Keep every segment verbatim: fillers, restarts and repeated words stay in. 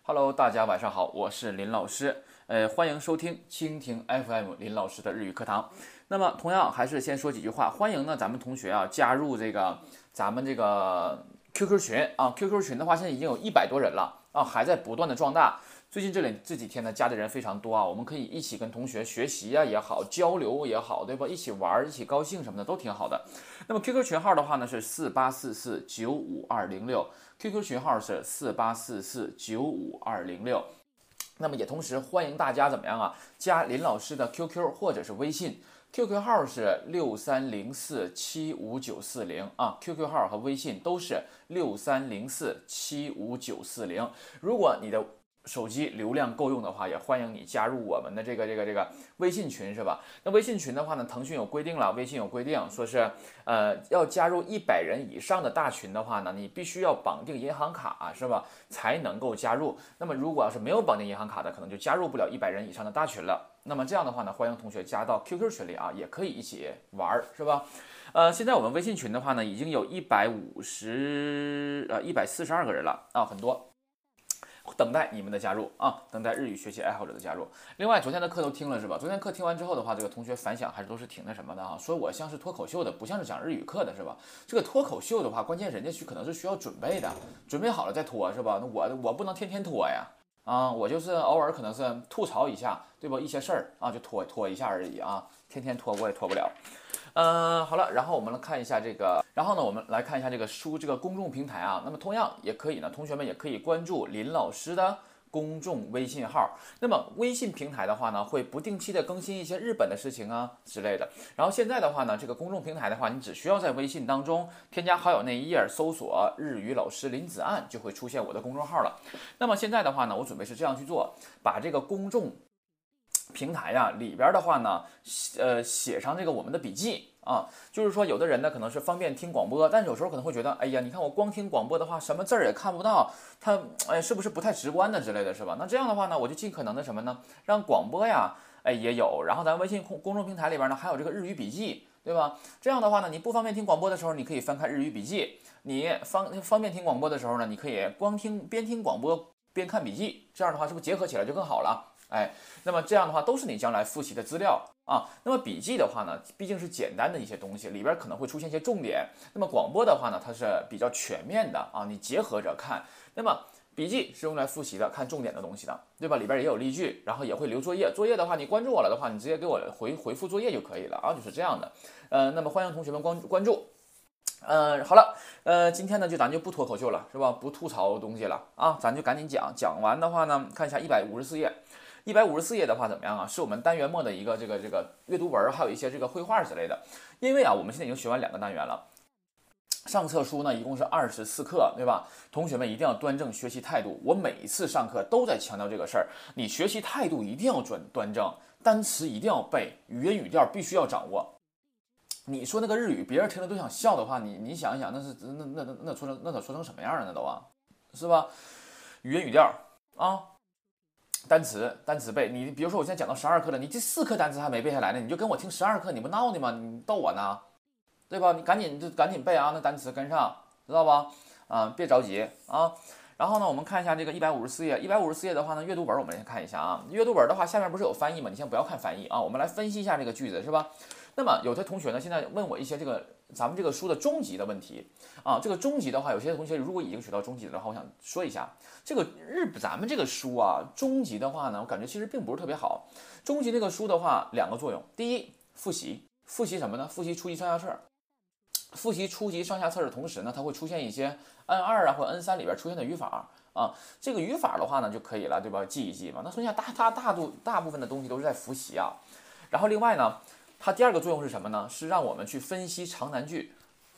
Hello，大家晚上好，我是林老师，呃，欢迎收听蜻蜓 F M 林老师的日语课堂。那么，同样还是先说几句话，欢迎呢咱们同学啊加入这个咱们这个 Q Q 群啊 ，Q Q 群的话现在已经有一百多人了啊，还在不断的壮大。最近这里这几天呢，加的人非常多啊，我们可以一起跟同学学习啊也好，交流也好，对吧？一起玩，一起高兴什么的都挺好的。那么 Q Q 群号的话呢是四八四四九五二零六。Q Q 群号是四八四四九五二零六，那么也同时欢迎大家怎么样啊？加林老师的 Q Q 或者是微信 ，Q Q 号是六三零四七五九四零啊 ，Q Q 号和微信都是六三零四七五九四零。如果你的手机流量够用的话，也欢迎你加入我们的这个这个这个微信群，是吧？那微信群的话呢，腾讯有规定了，微信有规定，说是呃要加入一百人以上的大群的话呢，你必须要绑定银行卡，是吧？才能够加入。那么如果要是没有绑定银行卡的，可能就加入不了一百人以上的大群了。那么这样的话呢，欢迎同学加到 Q Q 群里啊，也可以一起玩，是吧？呃，现在我们微信群的话呢，已经有一百五十呃一百四十二个人了啊，很多。等待你们的加入啊，等待日语学习爱好者的加入。另外，昨天的课都听了是吧？昨天课听完之后的话，这个同学反响还是都是挺那什么的啊，说我像是脱口秀的，不像是讲日语课的是吧？这个脱口秀的话，关键人家去可能是需要准备的，准备好了再脱是吧？那我我不能天天脱呀，啊，我就是偶尔可能是吐槽一下，对吧？一些事儿啊，就脱脱一下而已啊，天天脱我也脱不了。嗯，好了，然后我们来看一下这个，然后呢，我们来看一下这个书这个公众平台啊。那么同样也可以呢，同学们也可以关注林老师的公众微信号。那么微信平台的话呢，会不定期的更新一些日本的事情啊之类的。然后现在的话呢，这个公众平台的话，你只需要在微信当中添加好友那一页，搜索日语老师林子岸，就会出现我的公众号了。那么现在的话呢，我准备是这样去做，把这个公众平台呀、啊、里边的话呢，呃，写上这个我们的笔记啊，就是说有的人呢可能是方便听广播，但是有时候可能会觉得，哎呀，你看我光听广播的话，什么字儿也看不到，它哎是不是不太直观的之类的是吧？那这样的话呢，我就尽可能的什么呢，让广播呀，哎也有，然后咱微信公公众平台里边呢还有这个日语笔记，对吧？这样的话呢，你不方便听广播的时候，你可以翻看日语笔记；你方方便听广播的时候呢，你可以光听边听广播边看笔记，这样的话是不是结合起来就更好了？哎，那么这样的话都是你将来复习的资料啊。那么笔记的话呢，毕竟是简单的一些东西，里边可能会出现一些重点。那么广播的话呢，它是比较全面的啊，你结合着看。那么笔记是用来复习的，看重点的东西的，对吧？里边也有例句，然后也会留作业。作业的话，你关注我了的话，你直接给我回回复作业就可以了啊，就是这样的。呃，那么欢迎同学们关关注。呃，好了，呃，今天呢就咱就不脱口秀了，是吧？不吐槽东西了啊，咱就赶紧讲。讲完的话呢，看一下一百五十四页。一百五十四页的话怎么样啊？是我们单元末的一个这个这个阅读文，还有一些这个绘画之类的。因为啊，我们现在已经学完两个单元了。上册书呢一共是二十四课，对吧？同学们一定要端正学习态度。我每一次上课都在强调这个事儿，你学习态度一定要端端正，单词一定要背，语音语调必须要掌握。你说那个日语，别人听了都想笑的话，你你想一想，那是那那那那说成那得说成什么样了？那都啊，是吧？语音语调啊。单词单词背，你比如说我现在讲到十二课了，你这四课单词还没背下来呢，你就跟我听十二课，你不闹呢吗？你逗我呢，对吧？你赶紧就赶紧背啊，那单词跟上，知道吧？啊，别着急啊。然后呢，我们看一下这个一百五十四页，一百五十四页的话呢，阅读本我们先看一下啊。阅读本的话，下面不是有翻译吗？你先不要看翻译啊，我们来分析一下这个句子，是吧？那么有的同学呢，现在问我一些这个咱们这个书的中级的问题啊。这个中级的话，有些同学如果已经学到中级的话，我想说一下，这个日咱们这个书啊，中级的话呢，我感觉其实并不是特别好。中级这个书的话，两个作用：第一，复习，复习什么呢？复习初级上下册。复习初级上下册的同时呢，它会出现一些 N 二 啊或 N 三里边出现的语法啊。这个语法的话呢就可以了，对吧？记一记嘛。那剩下大大大度大部分的东西都是在复习啊。然后另外呢，它第二个作用是什么呢？是让我们去分析长难句，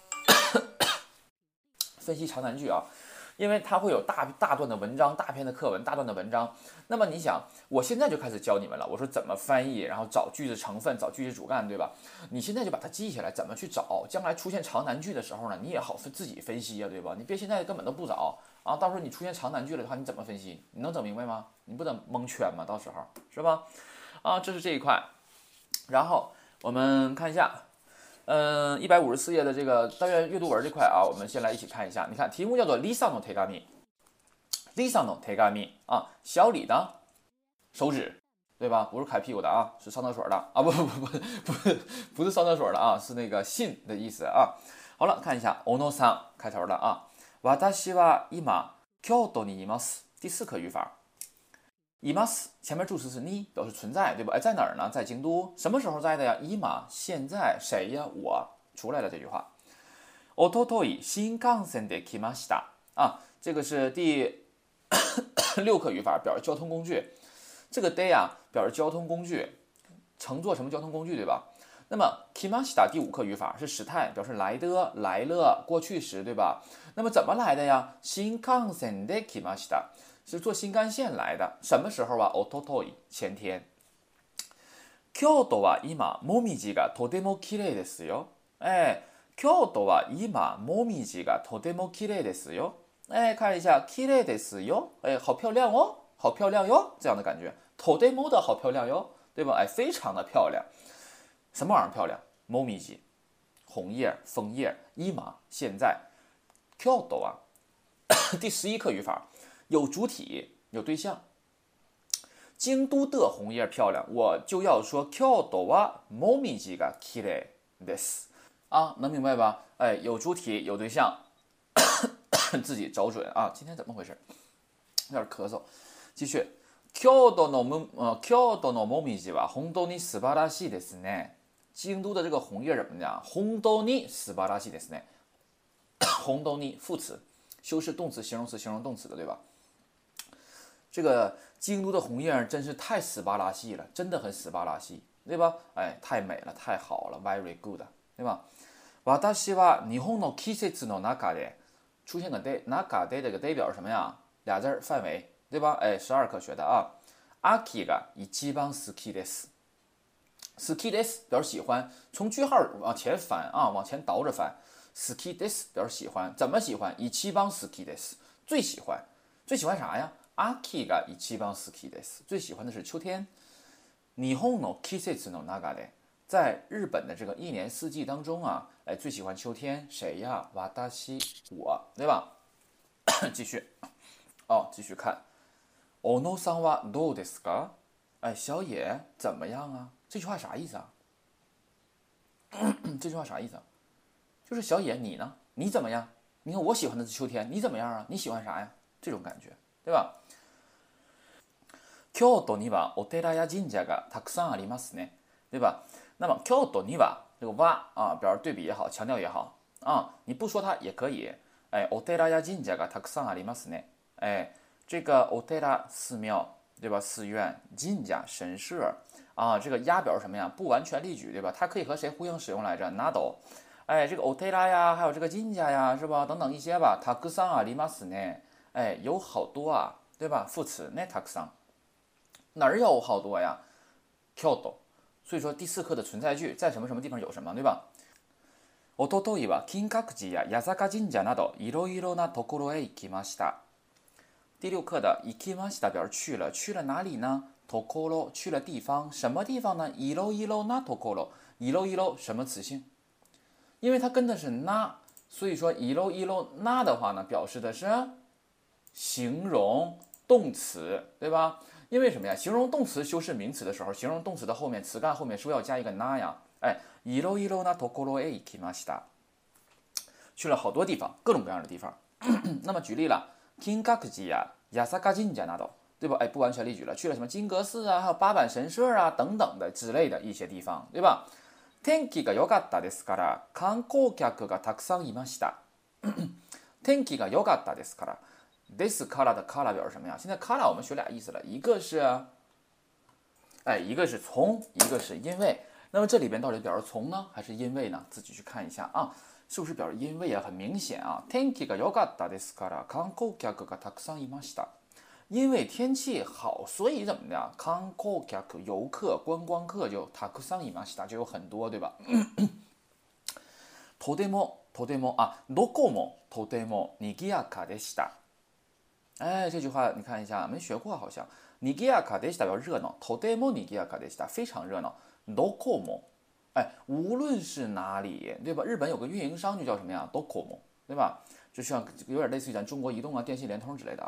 分析长难句啊。因为它会有大大段的文章、大篇的课文、大段的文章。那么你想，我现在就开始教你们了，我说怎么翻译，然后找句子成分、找句子主干，对吧？你现在就把它记下来，怎么去找？将来出现长难句的时候呢，你也好自己分析呀，对吧？你别现在根本都不找啊，到时候你出现长难句了的话，你怎么分析？你能整明白吗？你不得蒙圈吗？到时候是吧？啊，这是这一块。然后我们看一下。嗯，一百五十四页的这个单元阅读文这块啊，我们先来一起看一下。你看，题目叫做 Lisa no tegami， 李さんの手紙啊，小李的手指，对吧？不是揩屁股的啊，是上厕所的啊，不不不不不是不是上厕所的啊，是那个信的意思啊。好了，看一下小野さん开头的啊，私は今京都にいます。第四课语法，います前面助词是你，表示存在，对吧？哎，在哪儿呢？在京都。什么时候在的呀？今现在谁呀？我出来了这句话。おととい新幹線で来ました啊，这个是第六课语法，表示交通工具。这个 day 啊，表示交通工具，乘坐什么交通工具，对吧？那么 kimashita 第五课语法是时态，表示来的、来了，过去时，对吧？那么怎么来的呀？新幹線で来ました是坐新干线来的，什么时候啊？おととい前天。京都は今もみじがとても綺麗ですよ。哎，京都は今もみじがとても綺麗ですよ。哎，看一下綺麗ですよ，哎，好漂亮哦。好漂亮哟，这样的感觉。とても的好漂亮哟，对吧？哎，非常的漂亮。什么玩意儿漂亮？もみじ，红叶、枫叶。今现在。京都啊，第十一课语法，有主体，有对象。京都的红叶漂亮，我就要说京都はもみじが綺麗です啊，能明白吧？哎，有主体，有对象，自己找准啊。今天怎么回事？有点咳嗽。继续，京都のも呃京都のもみじは本当に素晴らしいですね。京都的这个红叶怎么讲？本当に素晴らしいですね。本当に副词，修饰动词、形容词、形容动词的，对吧？这个京都的红叶真是太斯巴拉系了，真的很斯巴拉系，对吧？哎，太美了，太好了 ，very good， 对吧？私は日本の季節の中で出现个 day， 中で这个 day 表示什么呀？俩字范围。对吧？哎，十二课学的啊。秋が一番好きです。好きです表示喜欢，从句号往前翻啊，往前倒着翻。好きです表示喜欢，怎么喜欢？一番好きです，最喜欢，最喜欢啥呀？秋が一番好きです，最喜欢的是秋天。日本の季節の中で，在日本的这个一年四季当中啊，哎，最喜欢秋天，谁呀？私，我，对吧？继续，哦，继续看。小野さんはどうですか？哎，小野怎么样啊？这句话啥意思啊？这句话啥意思啊？就是小野你呢？你怎么样？你看我喜欢的是秋天，你怎么样啊？你喜欢啥呀？这种感觉，对吧？京都にはお寺や神社がたくさんありますね，对吧？那么京都には这个は啊，表示对比也好，强调也好啊，你不说它也可以。哎，お寺や神社がたくさんありますね。哎。这个 otera 寺庙，对吧？寺院、神社神社啊，这个呀表示什么呀？不完全例句，对吧？它可以和谁呼应使用来着？など，哎，这个 otera 呀，还有这个神社呀，是吧？等等一些吧。たくさんありますね，哎，有好多啊，对吧？副词ね，たくさん，哪儿有好多呀？京都，所以说第四课的存在句在什么什么地方有什么，对吧？おとといは金閣寺や八坂神社などいろいろなところへ行きました。第六课的行きました表示去了，去了哪里呢？ところ去了地方，什么地方呢？いろいろなところ，いろいろ什么词性？因为它跟的是な，所以说いろいろな的话呢，表示的是形容动词，对吧？因为什么呀？形容动词修饰名词的时候，形容动词的后面词干后面是不是要加一个な呀？哎，いろいろなところへ行きました，去了好多地方，各种各样的地方。那么举例了。金閣寺呀、八坂神社など，对吧？哎，不完全例举了，去了什么金阁寺啊，还有八坂神社啊等等的之类的一些地方，对吧？天気が良かったですから観光客がたくさんいました。天気が良かったですから，ですから的から表示什么呀？现在から我们学俩意思了，一个是，哎，一个是从，一个是因为。那么这里边到底表示从呢，还是因为呢？自己去看一下啊。是不是表示因为啊？很明显啊，天気が良かったですから観光客がたくさんいました。因为天气好，所以怎么的？観光客游客、观光客就たくさんいました，就有很多，对吧？とてもとても啊，どこもとても賑やかでした。哎，这句话你看一下，没学过好像。賑やかでした表示热闹，とても賑やかでした，非常热闹。どこも。哎，无论是哪里，对吧？日本有个运营商就叫什么呀 ？Docomo， 对吧？就像有点类似于咱中国移动啊、电信、联通之类的啊。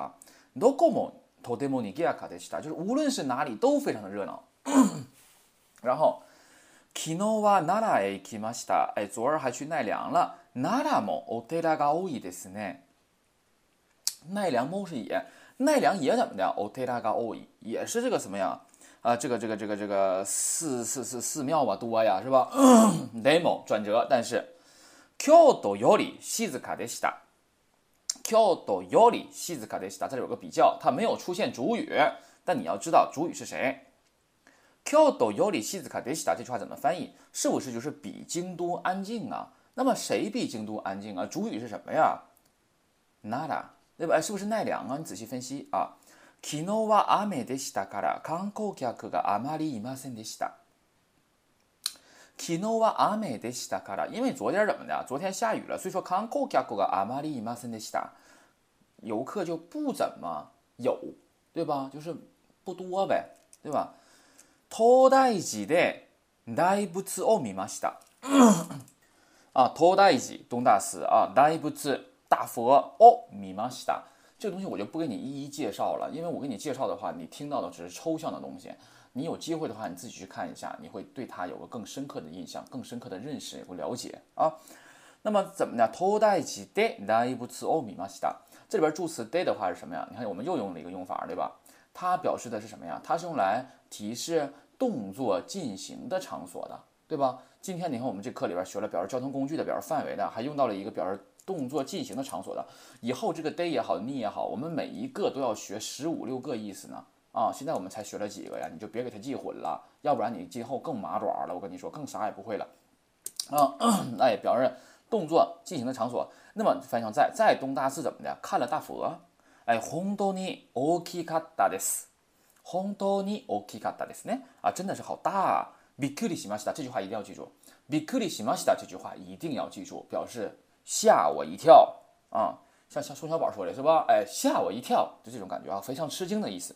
どこもとても賑やかでした，就是无论是哪里都非常的热闹。然后昨日は奈良へ行きました。哎，昨儿还去奈良了。奈良もお寺が多いですね。奈良も是也，奈良也怎么的？お寺が多い，也是这个什么呀？啊、呃，这个这个这个这个寺寺寺寺庙吧多呀，是吧？でも转折，但是京都より静かでした。京都より静かでした，这里有个比较，它没有出现主语，但你要知道主语是谁。京都より静かでした这句话怎么翻译？是不是就是比京都安静啊？那么谁比京都安静啊？主语是什么呀？奈良，对吧？是不是奈良啊？你仔细分析啊。昨日は雨でしたから観光客があまりいませんでした。昨日は雨でしたから，因为昨天怎么的？昨天下雨了，所以说観光客があまりいませんでした。游客就不怎么有，对吧？就是不多呗，对吧？東大寺で大仏を見ました。啊，東大寺东大寺啊，大仏大佛を見ました。这个东西我就不给你一一介绍了，因为我给你介绍的话，你听到的只是抽象的东西。你有机会的话，你自己去看一下，你会对它有个更深刻的印象、更深刻的认识，有个了解啊。那么怎么呢？東大寺で大仏を見ました。这里边助词で的话是什么呀？你看我们又用了一个用法，对吧？它表示的是什么呀？它是用来提示动作进行的场所的，对吧？今天你看我们这课里边学了表示交通工具的、表示范围的，还用到了一个表示动作进行的场所的。以后这个 day 也好 ，ni 也好，我们每一个都要学十五六个意思呢。啊，现在我们才学了几个呀？你就别给它记混了，要不然你今后更麻爪了。我跟你说，更啥也不会了。啊，哎，表示动作进行的场所。那么翻译成在在东大寺怎么的？看了大佛。哎，本当に大きかったです。本当に大きかったですね。啊，真的是好大啊！びっくりしました。这句话一定要记住。びっくりしました这句话一定要记住，表示吓我一跳啊，像像宋小宝说的是吧？哎，吓我一跳，就这种感觉啊，非常吃惊的意思。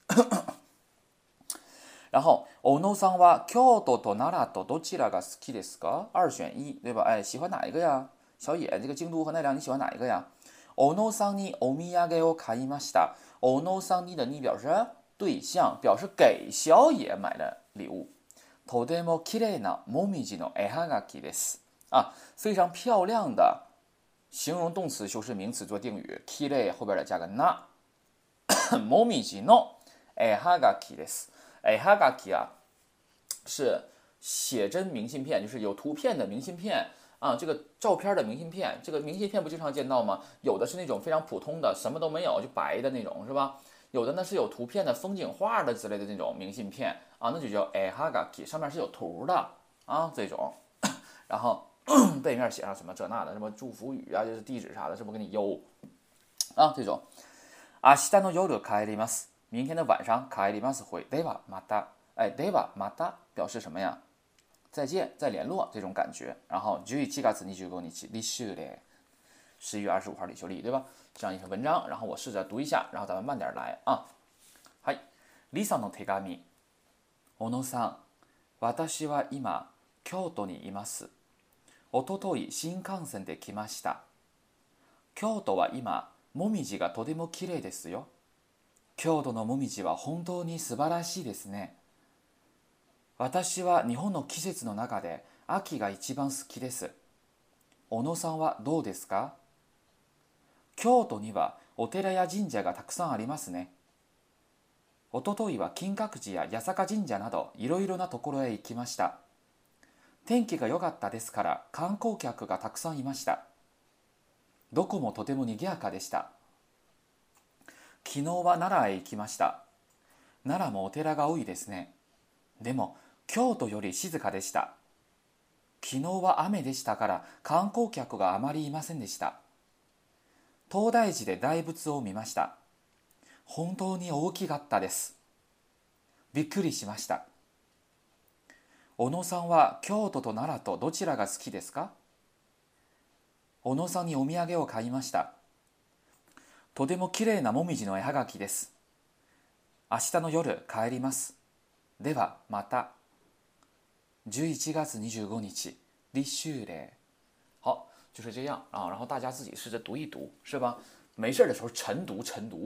然后，小野さんは京都と奈良とどちらが好きですか？二选一，对吧？哎，喜欢哪一个呀？小野，这个京都和奈良，你喜欢哪一个呀？小野さんにお土産を買いました。小野さんに的に表示对象，表示给小野买的礼物。とても綺麗なもみじの絵はがきです。啊，非常漂亮的形容动词修饰名词做定语，綺麗后边再加个な。もみじの絵はがきです。絵はがき啊，是写真明信片，就是有图片的明信片啊，这个照片的明信片，这个明信片不经常见到吗？有的是那种非常普通的，什么都没有，就白的那种，是吧？有的呢是有图片的、风景画的之类的那种明信片啊，那就叫絵はがき，上面是有图的啊，这种，然后背面写上什么这那的，什么祝福语啊，就是地址啥的，是不给你邮啊，这种。明日の夜帰ります。明天的晚上帰ります会。ではまた。哎，ではまた表示什么呀？再见，再联络这种感觉。然后十一月二十五日立秋礼，十一月二十五号立秋礼，对吧？这样一篇文章，然后我试着读一下，然后咱们慢点来啊。はい。リサの手紙。小野さん、私は今京都にいます。おととい新幹線で来ました。京都は今もみじがとても綺麗ですよ。京都のもみじは本当に素晴らしいですね。私は日本の季節の中で秋が一番好きです。小野さんはどうですか？京都にはお寺や神社がたくさんありますね。おとといは金閣寺や八坂神社などいろいろなところへ行きました。天気が良かったですから観光客がたくさんいました。どこもとても賑やかでした。昨日は奈良へ行きました。奈良もお寺が多いですね。でも京都より静かでした。昨日は雨でしたから観光客があまりいませんでした。東大寺で大仏を見ました。本当に大きかったです。びっくりしました。小野さんは京都と奈良とどちらが好きですか？小野さんにお土産を買いました。とても綺麗なもみじの絵はがきです。明日の夜帰ります。ではまた。十一月二十五日立秋礼。好，就是这样啊。然后大家自己试着读一读，是吧？没事的时候晨读晨读，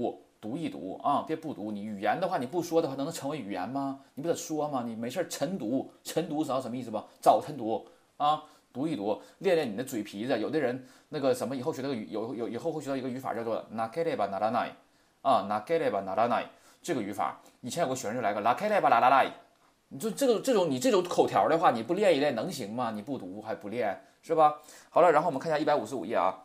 读一读啊，别不读。你语言的话，你不说的话，能成为语言吗？你不得说吗？你没事晨读，晨读知道什么意思吧？早晨读啊，读一读，练练你的嘴皮子。有的人那个什么，以后学到语有有以后会学到一个语法叫做なければならない啊，なければならない这个语法。以前有个学生就来个なければならない，你就这个这种你这种口条的话，你不练一练能行吗？你不读还不练是吧？好了，然后我们看一下一百五十五页啊。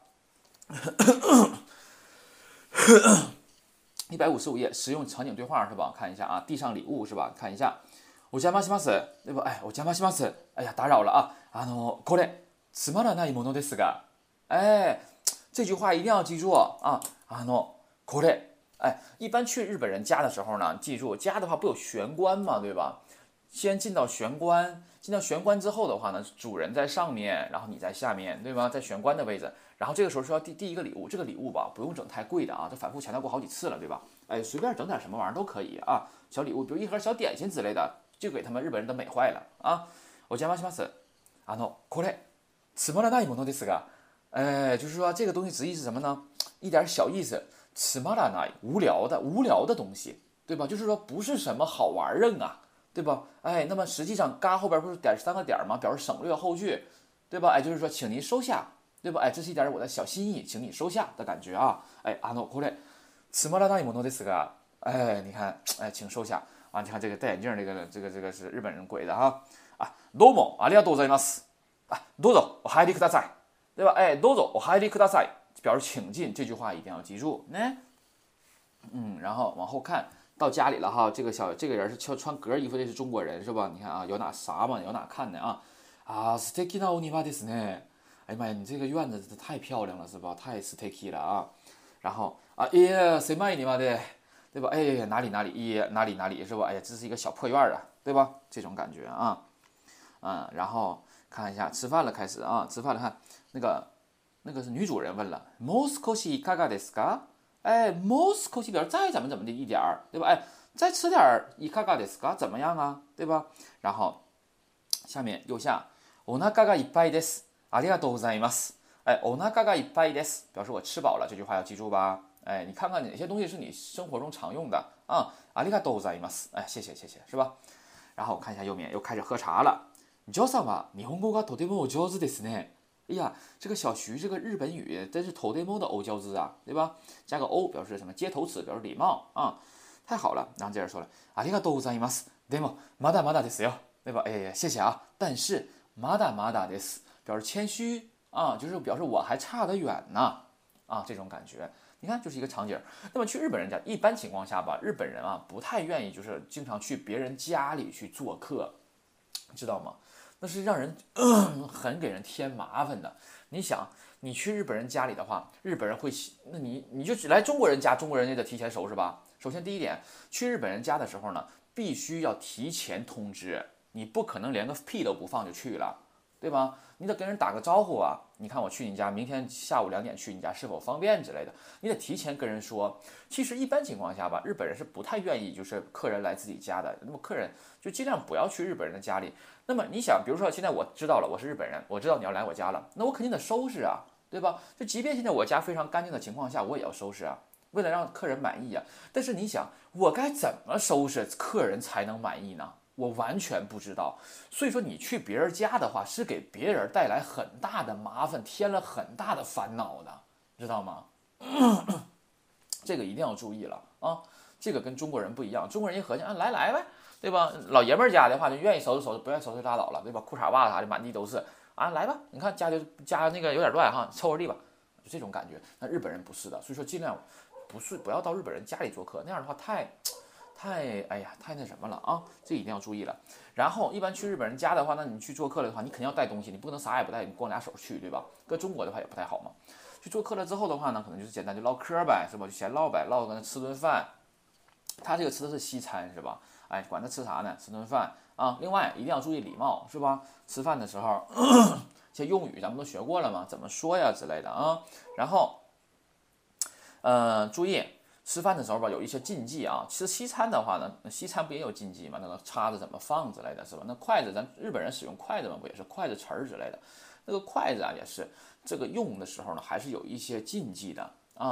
一百五十五页实用场景对话是吧？看一下啊，递上礼物是吧？看一下，お邪魔します，对吧？哎，お邪魔します，哎呀，打扰了啊。あのこれつまらないものですが，哎，这句话一定要记住啊。あのこれ，哎，一般去日本人家的时候呢，记住家的话不有玄关嘛，对吧？先进到玄关，进到玄关之后的话呢，主人在上面，然后你在下面，对吧？在玄关的位置，然后这个时候是要递第一个礼物，这个礼物吧，不用整太贵的啊，这反复强调过好几次了，对吧？哎，随便整点什么玩意儿都可以啊，小礼物，比如一盒小点心之类的，就给他们日本人都美坏了啊。お邪魔します。あのこれつまらないものですが，哎，就是说这个东西直译是什么呢？一点小意思，つまらない，无聊的，无聊的东西，对吧？就是说不是什么好玩儿啊。对吧？哎，那么实际上，嘎后边不是点三个点吗？表示省略后句，对吧？哎，就是说，请您收下，对吧？哎，这是一点我的小心意，请你收下的感觉啊。哎，あのこれつまらないものですが，哎，你看，哎，请收下啊。你看这个戴眼镜，这个这个这个是日本人鬼的哈啊。どうもありがとうございます。啊，どうぞお入りください，对吧？哎，どうぞお入りください，表示请进，这句话一定要记住。呢，嗯，然后往后看。到家里了哈，这个小这个人是穿穿格衣服，这是中国人是吧？你看啊，有哪啥嘛？有哪看的啊？啊，素敵なお庭ですね。哎呀妈呀，你这个院子太漂亮了是吧？太素敵了啊！然后啊，哎呀，谁卖你妈的，对吧？哎呀，哪里哪里，哎哪里哪里是吧？哎呀，这是一个小破院啊，对吧？这种感觉啊，嗯，然后看一下吃饭了，开始啊，吃饭了，看那个那个是女主人问了，もう少しいかがですか？哎，もう少し表示再怎么怎么的一点儿，对吧？哎，再吃点儿，いかがですか？怎么样啊？对吧？然后下面右下，お腹がいっぱいです。ありがとうございます。哎，お腹がいっぱいです，表示我吃饱了，这句话要记住吧？哎，你看看哪些东西是你生活中常用的啊？ありがとうございます。哎，谢谢谢谢，是吧？然后我看一下右面，又开始喝茶了。ジョーさんは日本語がとてもお上手ですね。哎呀，这个小徐这个日本语真是头对猫的欧交织啊，对吧？加个欧表示什么？接头词表示礼貌啊，太好了。然后接着说了，ありがとうございます。でもまだまだですよ，对吧？哎呀，谢谢啊，但是まだまだです表示谦虚啊，就是表示我还差得远呢啊，这种感觉。你看，就是一个场景。那么去日本人家，一般情况下吧，日本人啊不太愿意就是经常去别人家里去做客，知道吗？那是让人、呃、很给人添麻烦的。你想，你去日本人家里的话，日本人会，那你你就来中国人家，中国人也得提前收拾吧。首先第一点，去日本人家的时候呢，必须要提前通知，你不可能连个屁都不放就去了，对吧？你得跟人打个招呼啊。你看我去你家，明天下午两点去你家，是否方便之类的，你得提前跟人说。其实一般情况下吧，日本人是不太愿意就是客人来自己家的，那么客人就尽量不要去日本人的家里。那么你想，比如说现在我知道了我是日本人，我知道你要来我家了，那我肯定得收拾啊，对吧？就即便现在我家非常干净的情况下，我也要收拾啊，为了让客人满意啊。但是你想，我该怎么收拾客人才能满意呢？我完全不知道。所以说你去别人家的话，是给别人带来很大的麻烦，添了很大的烦恼的，知道吗？这个一定要注意了啊！这个跟中国人不一样，中国人一合计啊，来来呗，对吧？老爷们儿家的话，就愿意收拾收拾，不愿意收拾拉倒了，对吧？裤衩袜子啥的满地都是啊，来吧，你看家就家那个有点乱哈，凑合地吧，就这种感觉。那日本人不是的，所以说尽量不是不要到日本人家里做客，那样的话太。太哎呀，太那什么了啊！这一定要注意了。然后一般去日本人家的话，那你去做客的话，你肯定要带东西，你不能啥也不带，你光俩手去，对吧？搁中国的话也不太好嘛。去做客了之后的话呢，可能就是简单就唠嗑呗，是吧？就闲唠呗，唠个吃顿饭。他这个吃的是西餐，是吧？哎，管他吃啥呢？吃顿饭啊。另外一定要注意礼貌，是吧？吃饭的时候，这些用语咱们都学过了嘛，怎么说呀之类的啊。然后，呃，注意。吃饭的时候吧，有一些禁忌啊。吃西餐的话呢，西餐不也有禁忌吗？那个叉子怎么放之类的，是吧？那筷子，咱日本人使用筷子嘛，不也是筷子匙儿之类的？那个筷子啊，也是这个用的时候呢，还是有一些禁忌的啊。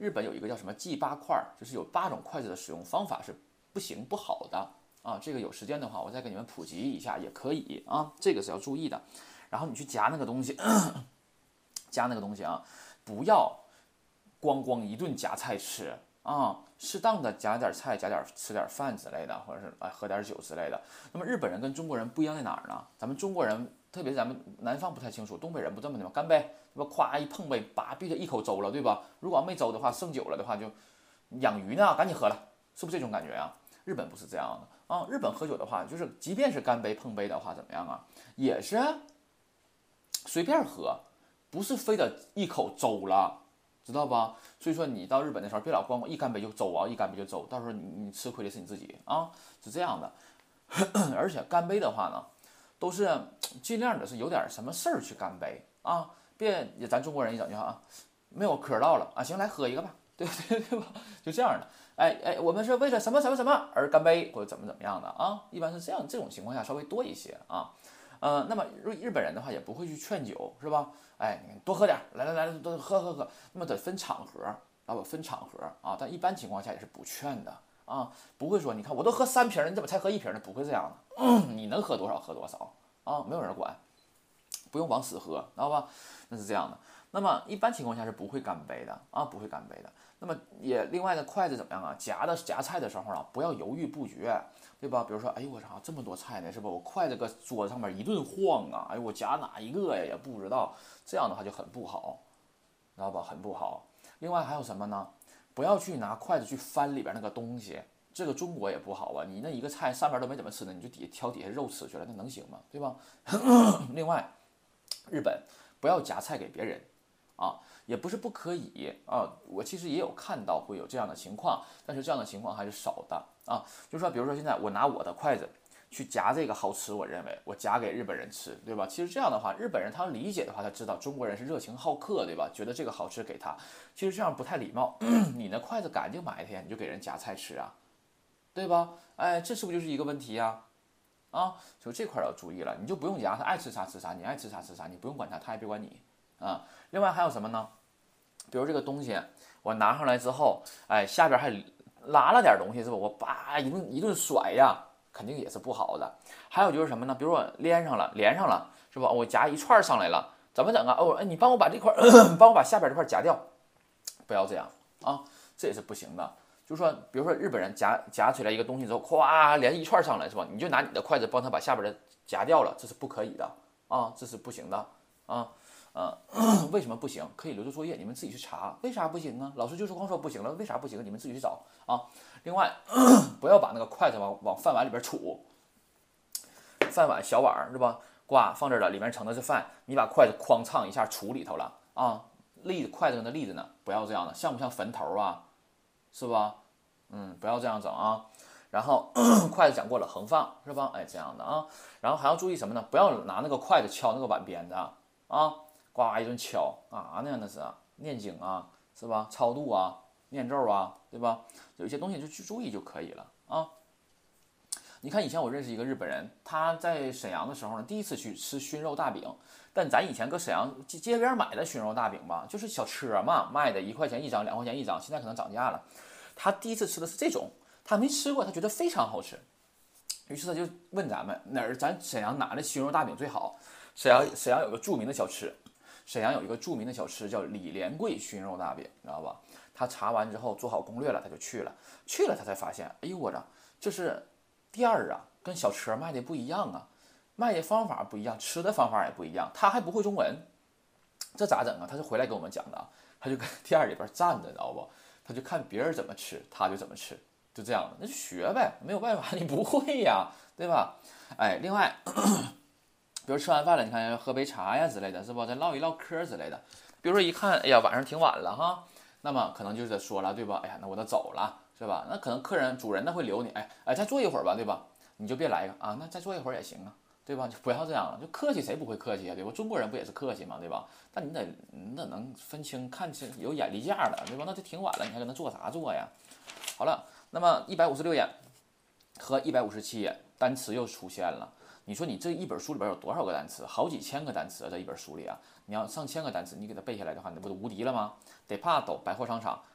日本有一个叫什么 G 八筷，就是有八种筷子的使用方法是不行不好的啊。这个有时间的话，我再给你们普及一下也可以啊，这个是要注意的。然后你去夹那个东西，夹那个东西啊，不要光光一顿夹菜吃啊，适当的夹点菜，夹点吃点饭之类的，或者是哎喝点酒之类的。那么日本人跟中国人不一样在哪儿呢？咱们中国人，特别是咱们南方不太清楚，东北人不这么的吗？干杯，对吧？咵一碰杯，叭必须一口粥了，对吧？如果要没粥的话，剩酒了的话就养鱼呢，赶紧喝了，是不是这种感觉啊？日本不是这样的啊，日本喝酒的话，就是即便是干杯碰杯的话，怎么样啊？也是随便喝，不是非得一口粥了。知道吧？所以说你到日本的时候，别老光光一干杯就粥啊，一干杯就粥，到时候你你吃亏的是你自己啊，是这样的。而且干杯的话呢，都是尽量的是有点什么事儿去干杯啊，别咱中国人一整句话啊，没有嗑到了啊，行来喝一个吧，对不对对吧？就这样的，哎哎，我们是为了什么什么什么而干杯，或者怎么怎么样的啊，一般是这样，这种情况下稍微多一些啊。呃，那么日日本人的话也不会去劝酒，是吧？哎，你多喝点，来来来，都喝喝喝。那么得分场合，啊不分场合啊，但一般情况下也是不劝的啊，不会说你看我都喝三瓶了，你怎么才喝一瓶呢？不会这样的，嗯、你能喝多少喝多少啊，没有人管，不用往死喝，知道吧？那是这样的。那么一般情况下是不会干杯的啊，不会干杯的。那么也另外的筷子怎么样啊？夹的夹菜的时候啊，不要犹豫不决。对吧？比如说，哎呦我操，这么多菜呢，是吧？我筷子搁桌子上面一顿晃啊，哎呦我夹哪一个呀？也不知道，这样的话就很不好，知道吧？很不好。另外还有什么呢？不要去拿筷子去翻里边那个东西，这个中国也不好啊。你那一个菜上面都没怎么吃呢，你就底下挑底下肉吃去了，那能行吗？对吧？另外，日本不要夹菜给别人啊。也不是不可以啊，我其实也有看到会有这样的情况，但是这样的情况还是少的啊。就是说，比如说现在我拿我的筷子去夹这个好吃，我认为我夹给日本人吃，对吧？其实这样的话，日本人他理解的话，他知道中国人是热情好客，对吧？觉得这个好吃给他，其实这样不太礼貌。你那筷子干净埋汰，你就给人夹菜吃啊，对吧？哎，这是不是就是一个问题呀？啊，就这块要注意了，你就不用夹，他爱吃啥吃啥，你爱吃啥吃啥，你不用管他，他也别管你啊。另外还有什么呢？比如这个东西我拿上来之后，哎，下边还拉了点东西是吧？我叭一顿一顿甩呀，肯定也是不好的。还有就是什么呢？比如我连上了，连上了是吧？我夹一串上来了，怎么整啊？哦，哎，你帮我把这块，帮我把下边这块夹掉，不要这样啊，这也是不行的。就是说，比如说日本人夹夹起来一个东西之后，咵连一串上来是吧？你就拿你的筷子帮他把下边的夹掉了，这是不可以的啊，这是不行的啊。呃，为什么不行？可以留着作业，你们自己去查，为啥不行呢？老师就是光说不行了，为啥不行？你们自己去找啊。另外，不要把那个筷子往往饭碗里边杵，饭碗小碗是吧？呱放这儿了，里面盛的是饭，你把筷子哐唱一下杵里头了啊，栗子筷子跟那栗子呢，不要这样的，像不像坟头啊？是吧？嗯，不要这样整啊。然后筷子讲过了，横放是吧？哎，这样的啊。然后还要注意什么呢？不要拿那个筷子敲那个碗边的啊。呱一顿敲啊那样的是啊，念经啊，是吧？超度啊，念咒啊，对吧？有一些东西就去注意就可以了啊。你看以前我认识一个日本人，他在沈阳的时候呢，第一次去吃熏肉大饼，但咱以前搁沈阳街街边买的熏肉大饼吧，就是小车嘛，卖的一块钱一张，两块钱一张，现在可能涨价了。他第一次吃的是这种，他没吃过，他觉得非常好吃，于是他就问咱们哪儿咱沈阳哪的熏肉大饼最好？沈阳沈阳有个著名的小吃。沈阳有一个著名的小吃叫李连贵熏肉大饼，知道吧？他查完之后做好攻略了，他就去了。去了他才发现，哎呦我这这是店儿啊，跟小车卖的不一样啊，卖的方法不一样，吃的方法也不一样。他还不会中文，这咋整啊？他是回来跟我们讲的，他就跟店里边站着，知道不？他就看别人怎么吃，他就怎么吃，就这样的，那就学呗，没有办法，你不会呀，对吧？哎，另外。比如吃完饭了，你看喝杯茶呀之类的，是不？再唠一唠嗑之类的。比如说一看，哎呀，晚上挺晚了哈，那么可能就是说了，对吧？哎呀，那我得走了，是吧？那可能客人主人呢会留你，哎哎，再坐一会儿吧，对吧？你就别来一个啊，那再坐一会儿也行啊，对吧？就不要这样了，就客气谁不会客气啊，对吧？中国人不也是客气嘛，对吧？但你得你得能分清看清有眼力价的，对吧？那就挺晚了，你还搁那坐啥坐呀？好了，那么一百五十六页和一百五十七页单词又出现了。你说你这一本书里边有多少个单词？好几千个单词在一本书里啊！你要上千个单词，你给它背下来的话，你不就无敌了吗？Department 百货商场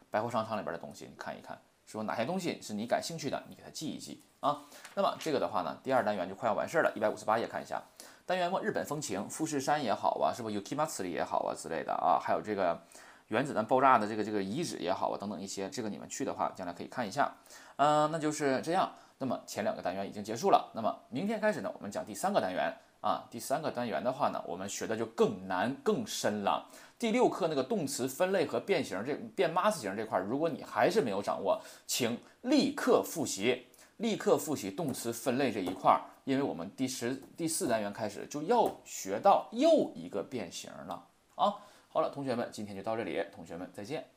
百货商场里边的东西，你看一看，说哪些东西是你感兴趣的，你给它记一记啊。那么这个的话呢，第二单元就快要完事了，一百五十八页看一下。单元末日本风情，富士山也好啊，是不 Yukimatsuri 也好啊之类的啊，还有这个原子弹爆炸的这个这个遗址也好啊，等等一些，这个你们去的话，将来可以看一下。嗯、呃，那就是这样。那么前两个单元已经结束了，那么明天开始呢，我们讲第三个单元啊。第三个单元的话呢，我们学的就更难更深了。第六课那个动词分类和变形这变 mass 型这块，如果你还是没有掌握，请立刻复习，立刻复习动词分类这一块，因为我们第十第四单元开始就要学到又一个变形了啊。好了，同学们，今天就到这里，同学们再见。